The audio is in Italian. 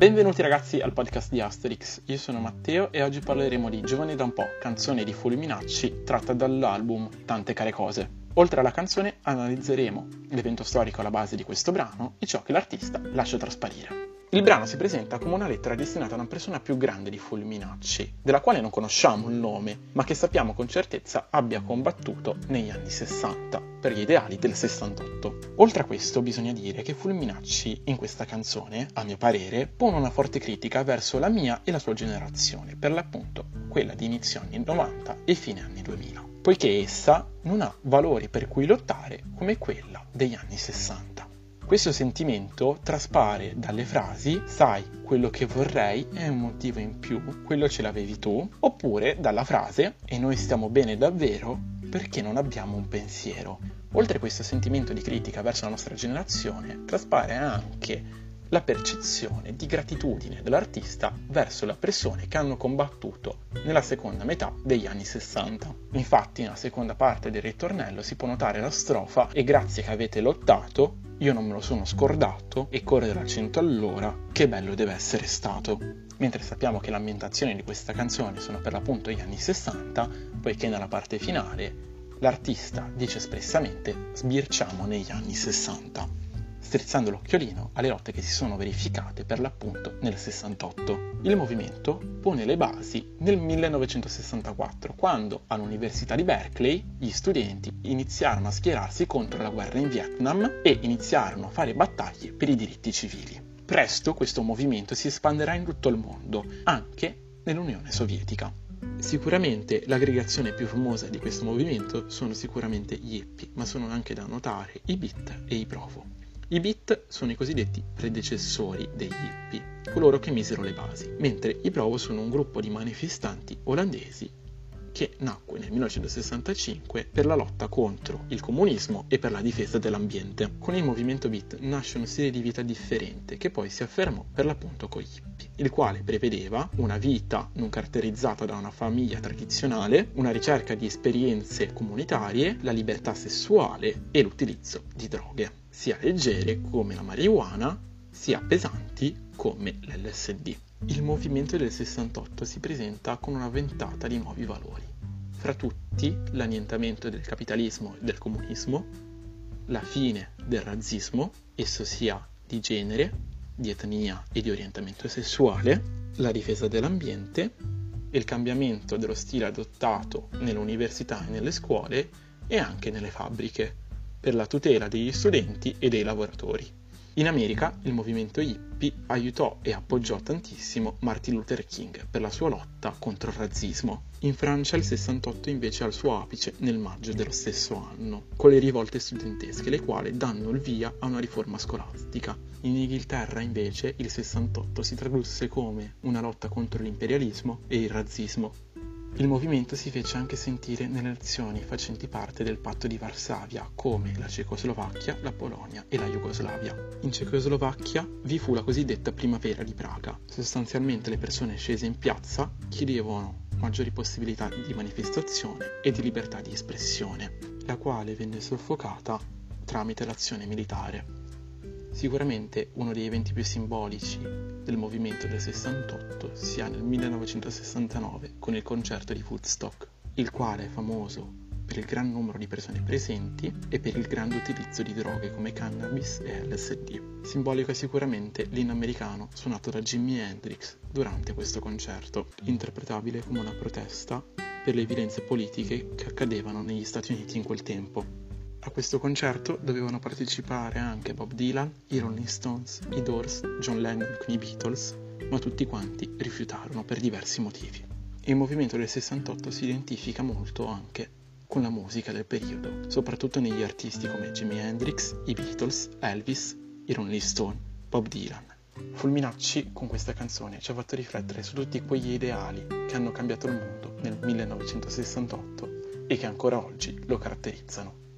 Benvenuti ragazzi al podcast di Asterix, io sono Matteo e oggi parleremo di Giovani da un po', canzone di Fulminacci tratta dall'album Tante care cose. Oltre alla canzone analizzeremo l'evento storico alla base di questo brano e ciò che l'artista lascia trasparire. Il brano si presenta come una lettera destinata a una persona più grande di Fulminacci, della quale non conosciamo il nome, ma che sappiamo con certezza abbia combattuto negli anni 60 per gli ideali del 68. Oltre a questo bisogna dire che Fulminacci in questa canzone, a mio parere, pone una forte critica verso la mia e la sua generazione, per l'appunto quella di inizio anni 90 e fine anni 2000, poiché essa non ha valori per cui lottare come quella degli anni 60. Questo sentimento traspare dalle frasi "sai, quello che vorrei è un motivo in più, quello ce l'avevi tu", oppure dalla frase "e noi stiamo bene davvero perché non abbiamo un pensiero". Oltre a questo sentimento di critica verso la nostra generazione, traspare anche la percezione di gratitudine dell'artista verso le persone che hanno combattuto nella seconda metà degli anni 60. Infatti, nella seconda parte del ritornello si può notare la strofa "e grazie che avete lottato, io non me lo sono scordato e correre a 100 all'ora, che bello deve essere stato". Mentre sappiamo che l'ambientazione di questa canzone sono per l'appunto gli anni 60, poiché nella parte finale l'artista dice espressamente "sbirciamo negli anni 60", strizzando l'occhiolino alle lotte che si sono verificate per l'appunto nel 68. Il movimento pone le basi nel 1964, quando all'Università di Berkeley gli studenti iniziarono a schierarsi contro la guerra in Vietnam e iniziarono a fare battaglie per i diritti civili. Presto questo movimento si espanderà in tutto il mondo, anche nell'Unione Sovietica. Sicuramente l'aggregazione più famosa di questo movimento sono sicuramente gli hippie, ma sono anche da notare i beat e i provo. I beat sono i cosiddetti predecessori degli hippie, coloro che misero le basi, mentre i provo sono un gruppo di manifestanti olandesi che nacque nel 1965 per la lotta contro il comunismo e per la difesa dell'ambiente. Con il movimento beat nasce uno stile di vita differente che poi si affermò per l'appunto con gli hippie, il quale prevedeva una vita non caratterizzata da una famiglia tradizionale, una ricerca di esperienze comunitarie, la libertà sessuale e l'utilizzo di droghe, sia leggere come la marijuana, sia pesanti come l'LSD. Il movimento del 68 si presenta con una ventata di nuovi valori, fra tutti l'annientamento del capitalismo e del comunismo, la fine del razzismo, esso sia di genere, di etnia e di orientamento sessuale, la difesa dell'ambiente, il cambiamento dello stile adottato nelle università e nelle scuole e anche nelle fabbriche, per la tutela degli studenti e dei lavoratori. In America il movimento hippie aiutò e appoggiò tantissimo Martin Luther King per la sua lotta contro il razzismo. In Francia il 68 invece ha il suo apice nel maggio dello stesso anno, con le rivolte studentesche, le quali danno il via a una riforma scolastica. In Inghilterra invece il 68 si tradusse come una lotta contro l'imperialismo e il razzismo. Il movimento si fece anche sentire nelle nazioni facenti parte del patto di Varsavia, come la Cecoslovacchia, la Polonia e la Jugoslavia. In Cecoslovacchia vi fu la cosiddetta primavera di Praga. Sostanzialmente le persone scese in piazza chiedevano maggiori possibilità di manifestazione e di libertà di espressione, la quale venne soffocata tramite l'azione militare. Sicuramente uno degli eventi più simbolici del movimento del 68 si ha nel 1969 con il concerto di Woodstock, il quale è famoso per il gran numero di persone presenti e per il grande utilizzo di droghe come cannabis e LSD. Simbolico è sicuramente l'inno americano suonato da Jimi Hendrix durante questo concerto, interpretabile come una protesta per le violenze politiche che accadevano negli Stati Uniti in quel tempo. A questo concerto dovevano partecipare anche Bob Dylan, i Rolling Stones, i Doors, John Lennon con i Beatles, ma tutti quanti rifiutarono per diversi motivi. Il movimento del 68 si identifica molto anche con la musica del periodo, soprattutto negli artisti come Jimi Hendrix, i Beatles, Elvis, i Rolling Stones, Bob Dylan. Fulminacci con questa canzone ci ha fatto riflettere su tutti quegli ideali che hanno cambiato il mondo nel 1968 e che ancora oggi lo caratterizzano.